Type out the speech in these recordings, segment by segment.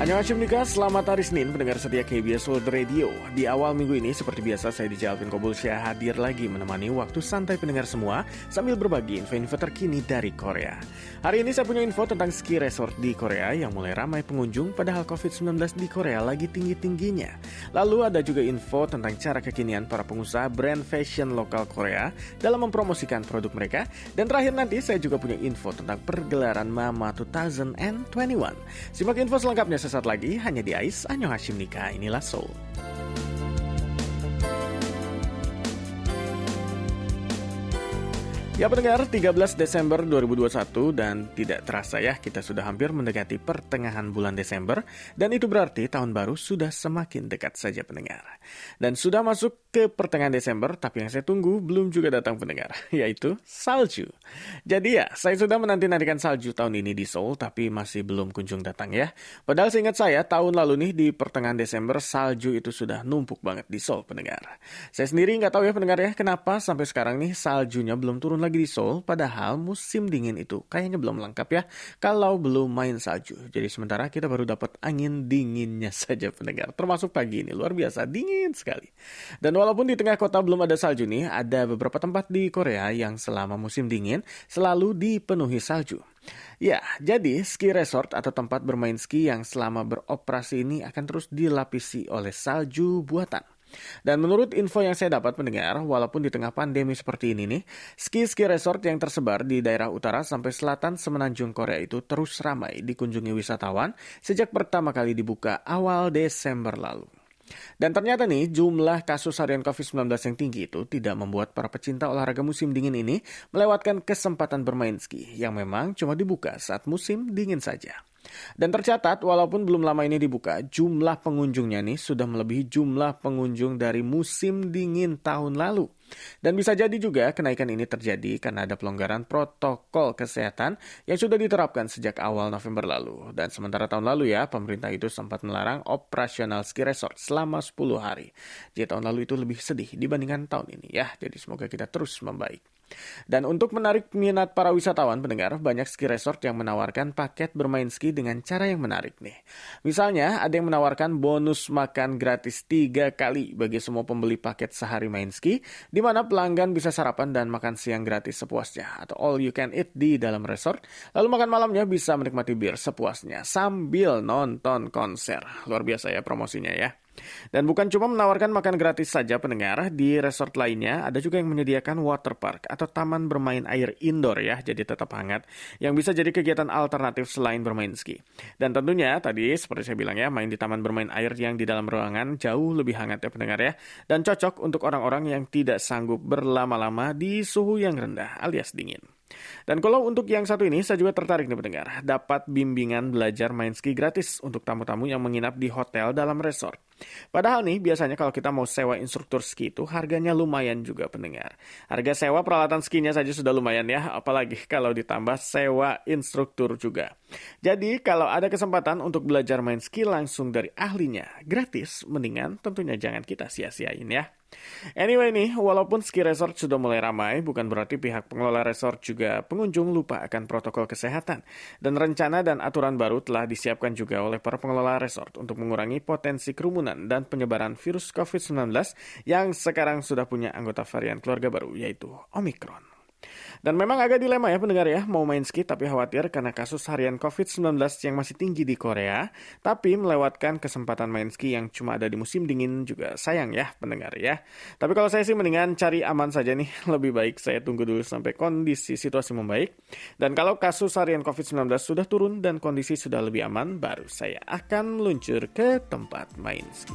Annyeonghaseyo Nika, selamat hari Senin pendengar setia KBS World Radio. Di awal minggu ini seperti biasa saya DJ Alvin Kobulsyah hadir lagi menemani waktu santai pendengar semua sambil berbagi info-info terkini dari Korea. Hari ini saya punya info tentang ski resort di Korea yang mulai ramai pengunjung padahal COVID-19 di Korea lagi tinggi-tingginya. Lalu ada juga info tentang cara kekinian para pengusaha brand fashion lokal Korea dalam mempromosikan produk mereka. Dan terakhir nanti saya juga punya info tentang pergelaran Mama 2021. Simak info selengkapnya sesaat lagi hanya di AIS Annyeonghaseyo Nika, inilah Seoul. Ya pendengar, 13 Desember 2021 dan tidak terasa ya kita sudah hampir mendekati pertengahan bulan Desember dan itu berarti tahun baru sudah semakin dekat saja pendengar. Dan sudah masuk ke pertengahan Desember tapi yang saya tunggu belum juga datang pendengar, yaitu salju. Jadi ya, saya sudah menanti-nantikan salju tahun ini di Seoul tapi masih belum kunjung datang ya. Padahal seingat saya tahun lalu nih di pertengahan Desember salju itu sudah numpuk banget di Seoul pendengar. Saya sendiri nggak tahu ya pendengar ya kenapa sampai sekarang nih saljunya belum turun lagi di Seoul, padahal musim dingin itu kayaknya belum lengkap ya kalau belum main salju. Jadi sementara kita baru dapat angin dinginnya saja pendengar. Termasuk pagi ini, luar biasa dingin sekali. Dan walaupun di tengah kota belum ada salju nih, ada beberapa tempat di Korea yang selama musim dingin selalu dipenuhi salju. Ya, jadi ski resort atau tempat bermain ski yang selama beroperasi ini akan terus dilapisi oleh salju buatan. Dan menurut info yang saya dapat pendengar, walaupun di tengah pandemi seperti ini nih, ski resort yang tersebar di daerah utara sampai selatan semenanjung Korea itu terus ramai dikunjungi wisatawan sejak pertama kali dibuka awal Desember lalu. Dan ternyata nih, jumlah kasus harian COVID-19 yang tinggi itu tidak membuat para pecinta olahraga musim dingin ini melewatkan kesempatan bermain ski yang memang cuma dibuka saat musim dingin saja. Dan tercatat walaupun belum lama ini dibuka, jumlah pengunjungnya nih sudah melebihi jumlah pengunjung dari musim dingin tahun lalu. Dan bisa jadi juga kenaikan ini terjadi karena ada pelonggaran protokol kesehatan yang sudah diterapkan sejak awal November lalu. Dan sementara tahun lalu ya, pemerintah itu sempat melarang operasional ski resort selama 10 hari. Jadi tahun lalu itu lebih sedih dibandingkan tahun ini ya. Jadi semoga kita terus membaik. Dan untuk menarik minat para wisatawan pendengar, banyak ski resort yang menawarkan paket bermain ski dengan cara yang menarik nih. Misalnya ada yang menawarkan bonus makan gratis 3 kali bagi semua pembeli paket sehari main ski, di mana pelanggan bisa sarapan dan makan siang gratis sepuasnya atau all you can eat di dalam resort. Lalu makan malamnya bisa menikmati bir sepuasnya sambil nonton konser. Luar biasa ya promosinya ya. Dan bukan cuma menawarkan makan gratis saja pendengar, di resort lainnya ada juga yang menyediakan water park atau taman bermain air indoor ya, jadi tetap hangat, yang bisa jadi kegiatan alternatif selain bermain ski. Dan tentunya tadi seperti saya bilang ya, main di taman bermain air yang di dalam ruangan jauh lebih hangat ya pendengar ya, dan cocok untuk orang-orang yang tidak sanggup berlama-lama di suhu yang rendah alias dingin. Dan kalau untuk yang satu ini, saya juga tertarik nih pendengar, dapat bimbingan belajar main ski gratis untuk tamu-tamu yang menginap di hotel dalam resort. Padahal nih, biasanya kalau kita mau sewa instruktur ski itu harganya lumayan juga pendengar. Harga sewa peralatan skinya saja sudah lumayan ya, apalagi kalau ditambah sewa instruktur juga. Jadi kalau ada kesempatan untuk belajar main ski langsung dari ahlinya, gratis, mendingan tentunya jangan kita sia-siain ya. Anyway nih, walaupun ski resort sudah mulai ramai, bukan berarti pihak pengelola resort juga pengunjung lupa akan protokol kesehatan. Dan rencana dan aturan baru telah disiapkan juga oleh para pengelola resort untuk mengurangi potensi kerumunan dan penyebaran virus COVID-19 yang sekarang sudah punya anggota varian keluarga baru, yaitu Omicron. Dan memang agak dilema ya pendengar ya, mau main ski tapi khawatir karena kasus harian COVID-19 yang masih tinggi di Korea, tapi melewatkan kesempatan main ski yang cuma ada di musim dingin juga sayang ya pendengar ya. Tapi kalau saya sih mendingan cari aman saja nih, lebih baik saya tunggu dulu sampai kondisi situasi membaik. Dan kalau kasus harian COVID-19 sudah turun dan kondisi sudah lebih aman, baru saya akan meluncur ke tempat main ski.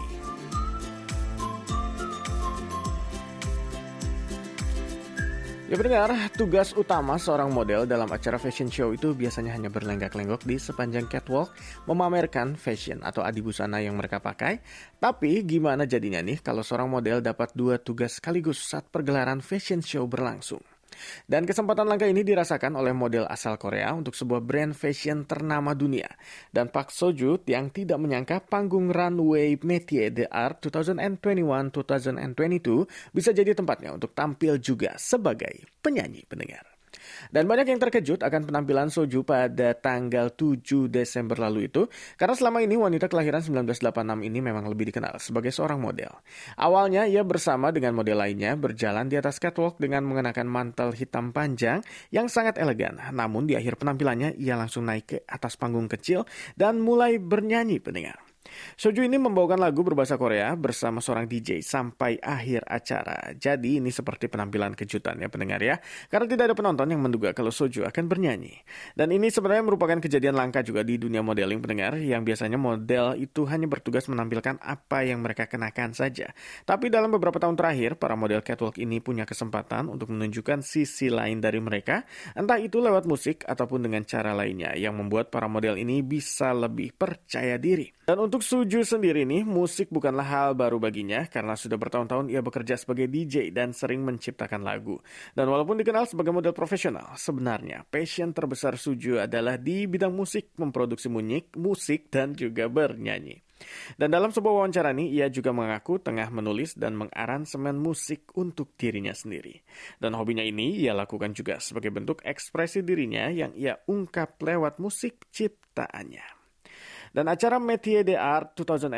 Ya pendengar, tugas utama seorang model dalam acara fashion show itu biasanya hanya berlenggak-lenggok di sepanjang catwalk memamerkan fashion atau adibusana yang mereka pakai. Tapi gimana jadinya nih kalau seorang model dapat 2 tugas sekaligus saat pergelaran fashion show berlangsung? Dan kesempatan langka ini dirasakan oleh model asal Korea untuk sebuah brand fashion ternama dunia. Dan Park Seo-joon yang tidak menyangka panggung runway Métier d'Art 2021-2022 bisa jadi tempatnya untuk tampil juga sebagai penyanyi pendengar. Dan banyak yang terkejut akan penampilan Soju pada tanggal 7 Desember lalu itu, karena selama ini wanita kelahiran 1986 ini memang lebih dikenal sebagai seorang model. Awalnya ia bersama dengan model lainnya berjalan di atas catwalk dengan mengenakan mantel hitam panjang yang sangat elegan. Namun di akhir penampilannya ia langsung naik ke atas panggung kecil dan mulai bernyanyi pendengar. Soju ini membawakan lagu berbahasa Korea bersama seorang DJ sampai akhir acara. Jadi ini seperti penampilan kejutan ya pendengar ya. Karena tidak ada penonton yang menduga kalau Soju akan bernyanyi. Dan ini sebenarnya merupakan kejadian langka juga di dunia modeling pendengar. Yang biasanya model itu hanya bertugas menampilkan apa yang mereka kenakan saja. Tapi dalam beberapa tahun terakhir, para model catwalk ini punya kesempatan untuk menunjukkan sisi lain dari mereka. Entah itu lewat musik ataupun dengan cara lainnya yang membuat para model ini bisa lebih percaya diri. Dan untuk Soju sendiri nih, musik bukanlah hal baru baginya karena sudah bertahun-tahun ia bekerja sebagai DJ dan sering menciptakan lagu. Dan walaupun dikenal sebagai model profesional, sebenarnya passion terbesar Soju adalah di bidang musik, memproduksi musik dan juga bernyanyi. Dan dalam sebuah wawancara nih, ia juga mengaku tengah menulis dan mengaransemen musik untuk dirinya sendiri. Dan hobinya ini ia lakukan juga sebagai bentuk ekspresi dirinya yang ia ungkap lewat musik ciptaannya. Dan acara Métiers d'Art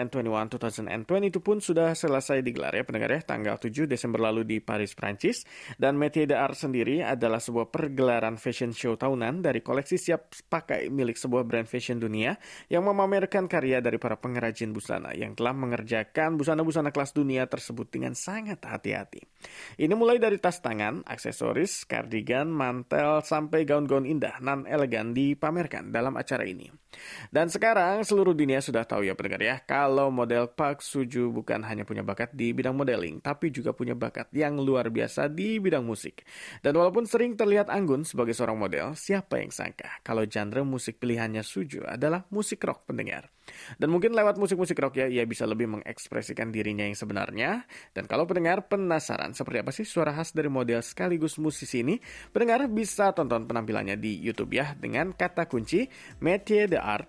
2021-2022 pun sudah selesai digelar ya pendengar ya, tanggal 7 Desember lalu di Paris, Prancis. Dan Métiers d'Art sendiri adalah sebuah pergelaran fashion show tahunan dari koleksi siap pakai milik sebuah brand fashion dunia yang memamerkan karya dari para pengrajin busana yang telah mengerjakan busana-busana kelas dunia tersebut dengan sangat hati-hati. Ini mulai dari tas tangan, aksesoris, kardigan, mantel, sampai gaun-gaun indah nan elegan dipamerkan dalam acara ini. Dan sekarang seluruh dunia sudah tahu ya pendengar ya, kalau model Park Soju bukan hanya punya bakat di bidang modeling, tapi juga punya bakat yang luar biasa di bidang musik. Dan walaupun sering terlihat anggun sebagai seorang model, siapa yang sangka kalau genre musik pilihannya Soju adalah musik rock pendengar. Dan mungkin lewat musik-musik rock ya, ia bisa lebih mengekspresikan dirinya yang sebenarnya. Dan kalau pendengar penasaran seperti apa sih suara khas dari model sekaligus musisi ini, pendengar bisa tonton penampilannya di YouTube ya, dengan kata kunci Métiers d'Art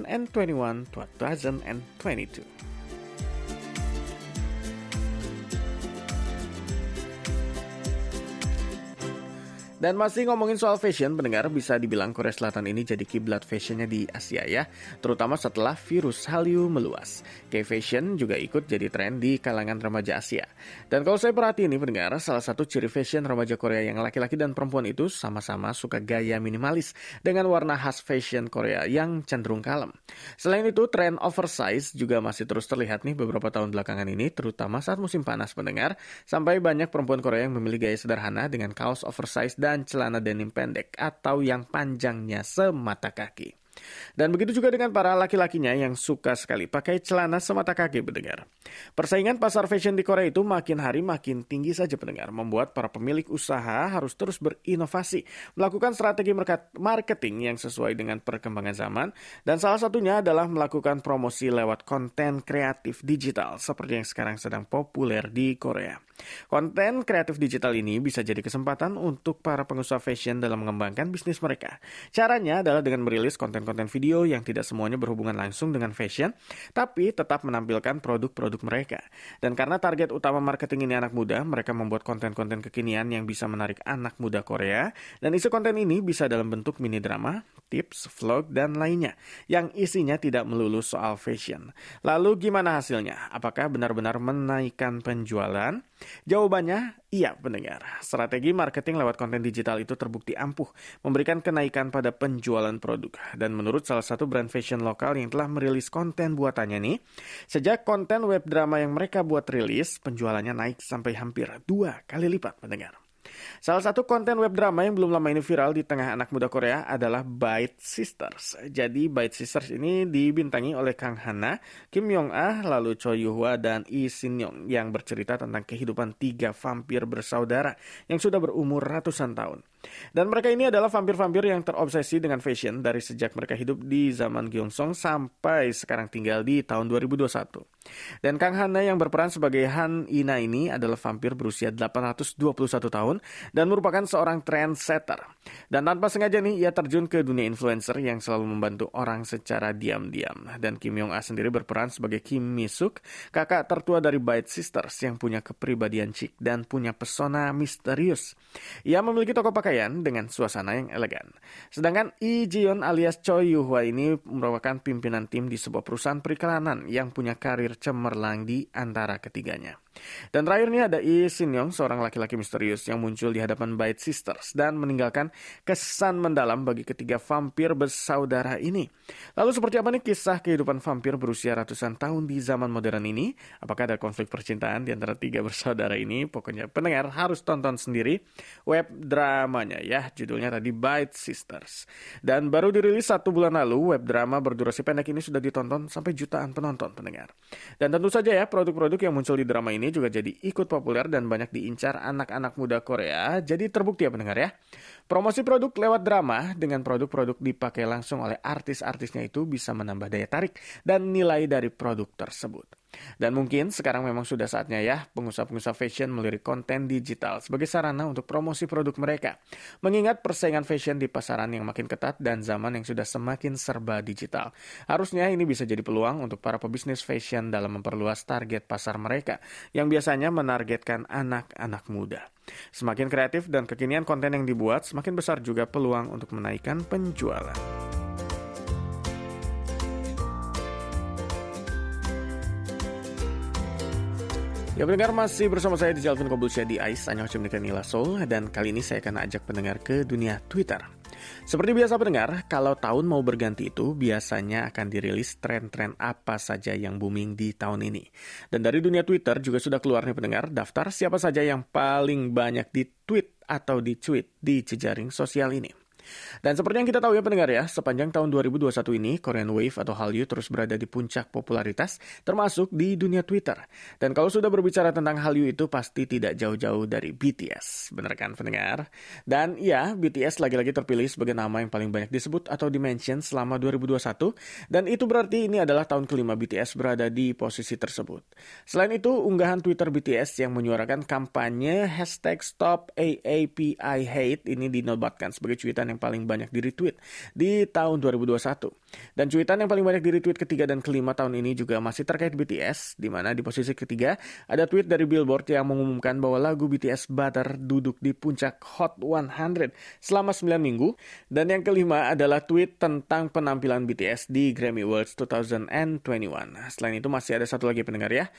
2021-2022. Dan masih ngomongin soal fashion, pendengar, bisa dibilang Korea Selatan ini jadi kiblat fashionnya di Asia ya, terutama setelah virus Hallyu meluas. K-fashion juga ikut jadi tren di kalangan remaja Asia. Dan kalau saya perhatiin nih pendengar, salah satu ciri fashion remaja Korea yang laki-laki dan perempuan itu sama-sama suka gaya minimalis dengan warna khas fashion Korea yang cenderung kalem. Selain itu, tren oversize juga masih terus terlihat nih beberapa tahun belakangan ini, terutama saat musim panas pendengar, sampai banyak perempuan Korea yang memilih gaya sederhana dengan kaos oversize dan celana denim pendek atau yang panjangnya semata kaki. Dan begitu juga dengan para laki-lakinya yang suka sekali pakai celana semata kaki pendengar. Persaingan pasar fashion di Korea itu makin hari makin tinggi saja pendengar, membuat para pemilik usaha harus terus berinovasi, melakukan strategi marketing yang sesuai dengan perkembangan zaman, dan salah satunya adalah melakukan promosi lewat konten kreatif digital seperti yang sekarang sedang populer di Korea. Konten kreatif digital ini bisa jadi kesempatan untuk para pengusaha fashion dalam mengembangkan bisnis mereka. Caranya adalah dengan merilis konten-konten video yang tidak semuanya berhubungan langsung dengan fashion, tapi tetap menampilkan produk-produk mereka. Dan karena target utama marketing ini anak muda, mereka membuat konten-konten kekinian yang bisa menarik anak muda Korea. Dan isi konten ini bisa dalam bentuk mini drama, tips, vlog, dan lainnya, yang isinya tidak melulu soal fashion. Lalu gimana hasilnya? Apakah benar-benar menaikkan penjualan? Jawabannya, iya pendengar. Strategi marketing lewat konten digital itu terbukti ampuh, memberikan kenaikan pada penjualan produk. Dan menurut salah satu brand fashion lokal yang telah merilis konten buatannya nih, sejak konten web drama yang mereka buat rilis, penjualannya naik sampai hampir 2 kali lipat pendengar. Salah satu konten web drama yang belum lama ini viral di tengah anak muda Korea adalah Bite Sisters. Jadi Bite Sisters ini dibintangi oleh Kang Hana, Kim Yong Ah, lalu Choi Yoo Hwa dan Lee Sin Young yang bercerita tentang kehidupan 3 vampir bersaudara yang sudah berumur ratusan tahun. Dan mereka ini adalah vampir-vampir yang terobsesi dengan fashion dari sejak mereka hidup di zaman Gyeongsong sampai sekarang tinggal di tahun 2021. Dan Kang Hana yang berperan sebagai Han Ina ini adalah vampir berusia 821 tahun dan merupakan seorang trendsetter. Dan tanpa sengaja nih ia terjun ke dunia influencer yang selalu membantu orang secara diam-diam. Dan Kim Yong Ah sendiri berperan sebagai Kim Mi-suk, kakak tertua dari Bite Sisters yang punya kepribadian chic dan punya pesona misterius. Ia memiliki toko pakaian berpakaian dengan suasana yang elegan. Sedangkan Lee Ji-yeon alias Choi Yoo-hwa ini merupakan pimpinan tim di sebuah perusahaan periklanan yang punya karir cemerlang di antara ketiganya. Dan terakhir nih ada Lee Shin-young, seorang laki-laki misterius yang muncul di hadapan Bite Sisters dan meninggalkan kesan mendalam bagi ketiga vampir bersaudara ini. Lalu seperti apa nih kisah kehidupan vampir berusia ratusan tahun di zaman modern ini? Apakah ada konflik percintaan di antara tiga bersaudara ini? Pokoknya pendengar harus tonton sendiri web dramanya ya, judulnya tadi Bite Sisters. Dan baru dirilis 1 bulan lalu, web drama berdurasi pendek ini sudah ditonton sampai jutaan penonton pendengar. Dan tentu saja ya, produk-produk yang muncul di drama ini juga jadi ikut populer dan banyak diincar anak-anak muda Korea. Jadi terbukti ya pendengar ya. Promosi produk lewat drama dengan produk-produk dipakai langsung oleh artis-artisnya itu bisa menambah daya tarik dan nilai dari produk tersebut. Dan mungkin sekarang memang sudah saatnya ya pengusaha-pengusaha fashion melirik konten digital sebagai sarana untuk promosi produk mereka. Mengingat persaingan fashion di pasaran yang makin ketat dan zaman yang sudah semakin serba digital. Harusnya ini bisa jadi peluang untuk para pebisnis fashion dalam memperluas target pasar mereka yang biasanya menargetkan anak-anak muda. Semakin kreatif dan kekinian konten yang dibuat, semakin besar juga peluang untuk menaikkan penjualan. Ya pendengar, masih bersama saya di Jalvin Kobulsyah di AIS, Annyeonghaseyo Nila Soul, dan kali ini saya akan ajak pendengar ke dunia Twitter. Seperti biasa pendengar, kalau tahun mau berganti itu biasanya akan dirilis tren-tren apa saja yang booming di tahun ini. Dan dari dunia Twitter juga sudah keluar nih pendengar, daftar siapa saja yang paling banyak di-tweet atau di-tweet di jejaring sosial ini. Dan seperti yang kita tahu ya pendengar ya, sepanjang tahun 2021 ini, Korean Wave atau Hallyu terus berada di puncak popularitas, termasuk di dunia Twitter. Dan kalau sudah berbicara tentang Hallyu itu pasti tidak jauh-jauh dari BTS. Benar kan pendengar? Dan ya, BTS lagi-lagi terpilih sebagai nama yang paling banyak disebut atau dimention selama 2021. Dan itu berarti ini adalah tahun kelima BTS berada di posisi tersebut. Selain itu, unggahan Twitter BTS yang menyuarakan kampanye #StopAAPIHate ini dinobatkan sebagai cuitan yang paling banyak di-retweet di tahun 2021. Dan cuitan yang paling banyak di-retweet ketiga dan kelima tahun ini juga masih terkait BTS, di mana di posisi ketiga ada tweet dari Billboard yang mengumumkan bahwa lagu BTS Butter duduk di puncak Hot 100 selama 9 minggu. Dan yang kelima adalah tweet tentang penampilan BTS di Grammy Awards 2021. Selain itu masih ada satu lagi pendengar ya.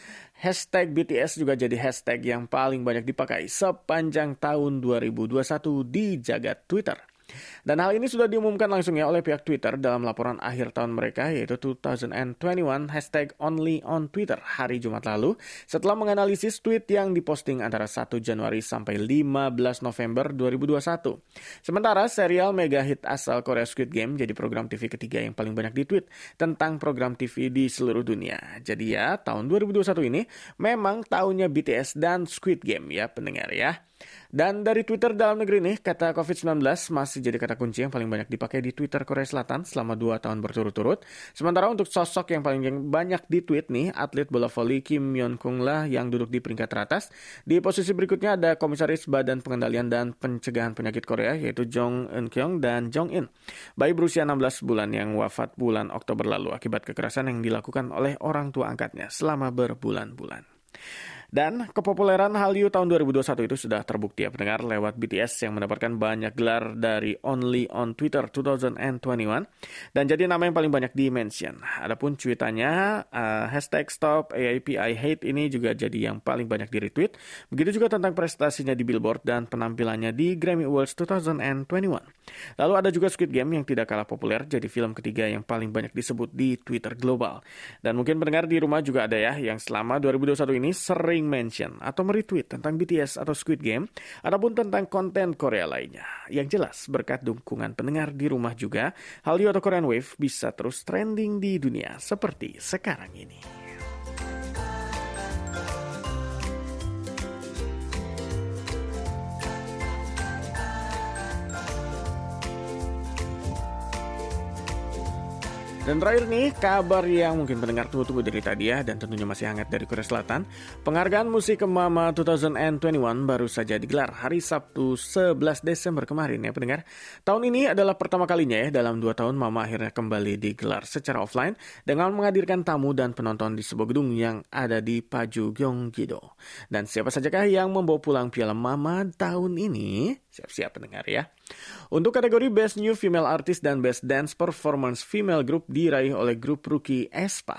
#BTS juga jadi hashtag yang paling banyak dipakai sepanjang tahun 2021 di jagat Twitter. Dan hal ini sudah diumumkan langsung ya oleh pihak Twitter dalam laporan akhir tahun mereka, yaitu 2021 #only on Twitter hari Jumat lalu, setelah menganalisis tweet yang diposting antara 1 Januari sampai 15 November 2021. Sementara serial mega hit asal Korea Squid Game jadi program TV ketiga yang paling banyak ditweet tentang program TV di seluruh dunia. Jadi ya, tahun 2021 ini memang tahunnya BTS dan Squid Game ya pendengar ya. Dan dari Twitter dalam negeri nih, kata COVID-19 masih jadi kata kunci yang paling banyak dipakai di Twitter Korea Selatan selama 2 tahun berturut-turut. Sementara untuk sosok yang paling banyak di-tweet nih, atlet bola voli Kim Myeon-kung lah yang duduk di peringkat teratas. Di posisi berikutnya ada Komisaris Badan Pengendalian dan Pencegahan Penyakit Korea, yaitu Jong Eun-kyung dan Jong In. Bayi berusia 16 bulan yang wafat bulan Oktober lalu akibat kekerasan yang dilakukan oleh orang tua angkatnya selama berbulan-bulan. Dan kepopuleran Hallyu tahun 2021 itu sudah terbukti ya pendengar lewat BTS yang mendapatkan banyak gelar dari Only on Twitter 2021 dan jadi nama yang paling banyak di-mention. Adapun cuitannya #StopAAPIHate ini juga jadi yang paling banyak di-retweet. Begitu juga tentang prestasinya di Billboard dan penampilannya di Grammy Awards 2021. Lalu ada juga Squid Game yang tidak kalah populer jadi film ketiga yang paling banyak disebut di Twitter global. Dan mungkin pendengar di rumah juga ada ya yang selama 2021 ini sering mention atau meretweet tentang BTS atau Squid Game ataupun tentang konten Korea lainnya. Yang jelas berkat dukungan pendengar di rumah juga, Hallyu atau Korean Wave bisa terus trending di dunia seperti sekarang ini. Dan terakhir nih, kabar yang mungkin pendengar tunggu-tunggu dari tadi ya, dan tentunya masih hangat dari Korea Selatan. Penghargaan musik Mama 2021 baru saja digelar hari Sabtu 11 Desember kemarin ya pendengar. Tahun ini adalah pertama kalinya ya dalam 2 tahun Mama akhirnya kembali digelar secara offline dengan menghadirkan tamu dan penonton di sebuah gedung yang ada di Paju Gyeonggi-do. Dan siapa sajakah yang membawa pulang piala Mama tahun ini? Siap-siap pendengar ya. Untuk kategori Best New Female Artist dan Best Dance Performance Female Group diraih oleh grup rookie aespa.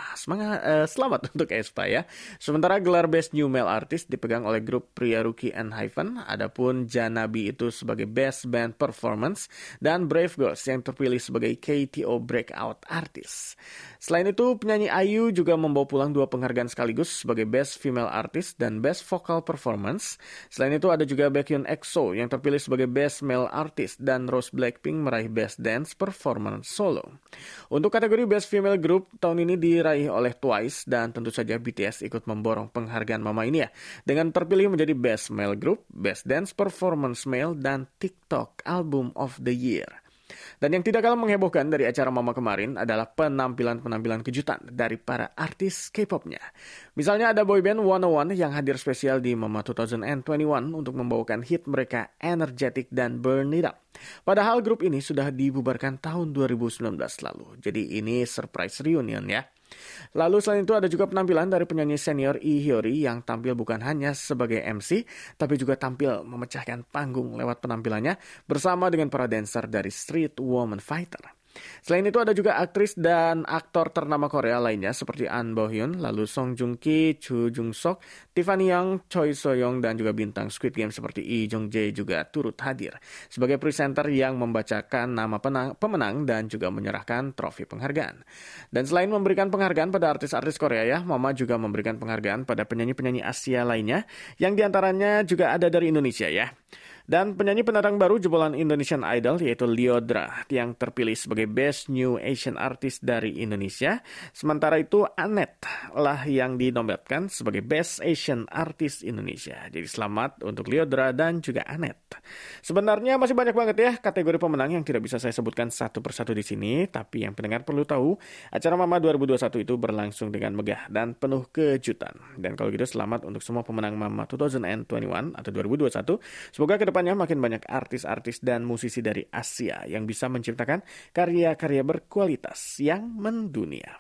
Selamat untuk aespa ya. Sementara gelar Best New Male Artist dipegang oleh grup pria rookie ENHYPEN. Adapun Janabi itu sebagai Best Band Performance dan Brave Girls yang terpilih sebagai KTO Breakout Artist. Selain itu, penyanyi IU juga membawa pulang 2 penghargaan sekaligus sebagai Best Female Artist dan Best Vocal Performance. Selain itu, ada juga Baekhyun EXO yang terpilih sebagai Best Male Artist dan Rose Blackpink meraih Best Dance Performance Solo. Untuk kategori Best Female Group, tahun ini diraih oleh Twice dan tentu saja BTS ikut memborong penghargaan Mama ini ya, dengan terpilih menjadi Best Male Group, Best Dance Performance Male, dan TikTok Album of the Year. Dan yang tidak kalah menghebohkan dari acara Mama kemarin adalah penampilan-penampilan kejutan dari para artis K-pop-nya. Misalnya ada boyband 101 yang hadir spesial di Mama 2021 untuk membawakan hit mereka Energetic dan Burn It Up. Padahal grup ini sudah dibubarkan tahun 2019 lalu. Jadi ini surprise reunion ya. Lalu selain itu ada juga penampilan dari penyanyi senior Lee Hyori yang tampil bukan hanya sebagai MC, tapi juga tampil memecahkan panggung lewat penampilannya bersama dengan para dancer dari Street Woman Fighter. Selain itu ada juga aktris dan aktor ternama Korea lainnya seperti An Bo Hyun, lalu Song Joong Ki, Chu Jung Sok, Tiffany Young, Choi So Young, dan juga bintang Squid Game seperti Lee Jong Jae juga turut hadir sebagai presenter yang membacakan nama pemenang dan juga menyerahkan trofi penghargaan. Dan selain memberikan penghargaan pada artis-artis Korea ya, Mama juga memberikan penghargaan pada penyanyi-penyanyi Asia lainnya yang diantaranya juga ada dari Indonesia ya. Dan penyanyi pendatang baru jebolan Indonesian Idol yaitu Lyodra yang terpilih sebagai Best New Asian Artist dari Indonesia. Sementara itu Anet lah yang dinobatkan sebagai Best Asian Artist Indonesia. Jadi selamat untuk Lyodra dan juga Anet. Sebenarnya masih banyak banget ya kategori pemenang yang tidak bisa saya sebutkan satu persatu di sini. Tapi yang pendengar perlu tahu, acara Mama 2021 itu berlangsung dengan megah dan penuh kejutan. Dan kalau gitu selamat untuk semua pemenang Mama 2021 atau 2021. Semoga ke depan makin banyak artis-artis dan musisi dari Asia yang bisa menciptakan karya-karya berkualitas yang mendunia.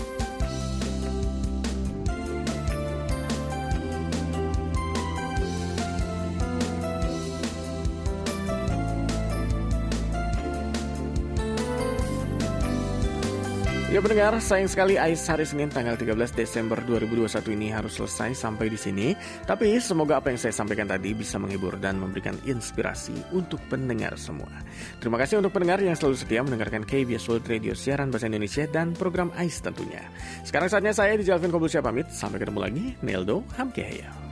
Ya pendengar, sayang sekali AIS hari Senin tanggal 13 Desember 2021 ini harus selesai sampai di sini. Tapi semoga apa yang saya sampaikan tadi bisa menghibur dan memberikan inspirasi untuk pendengar semua. Terima kasih untuk pendengar yang selalu setia mendengarkan KBS World Radio siaran bahasa Indonesia dan program AIS tentunya. Sekarang saatnya saya Dj Alvin Kobulsyah pamit. Sampai ketemu lagi. Neldo Hamkeheya.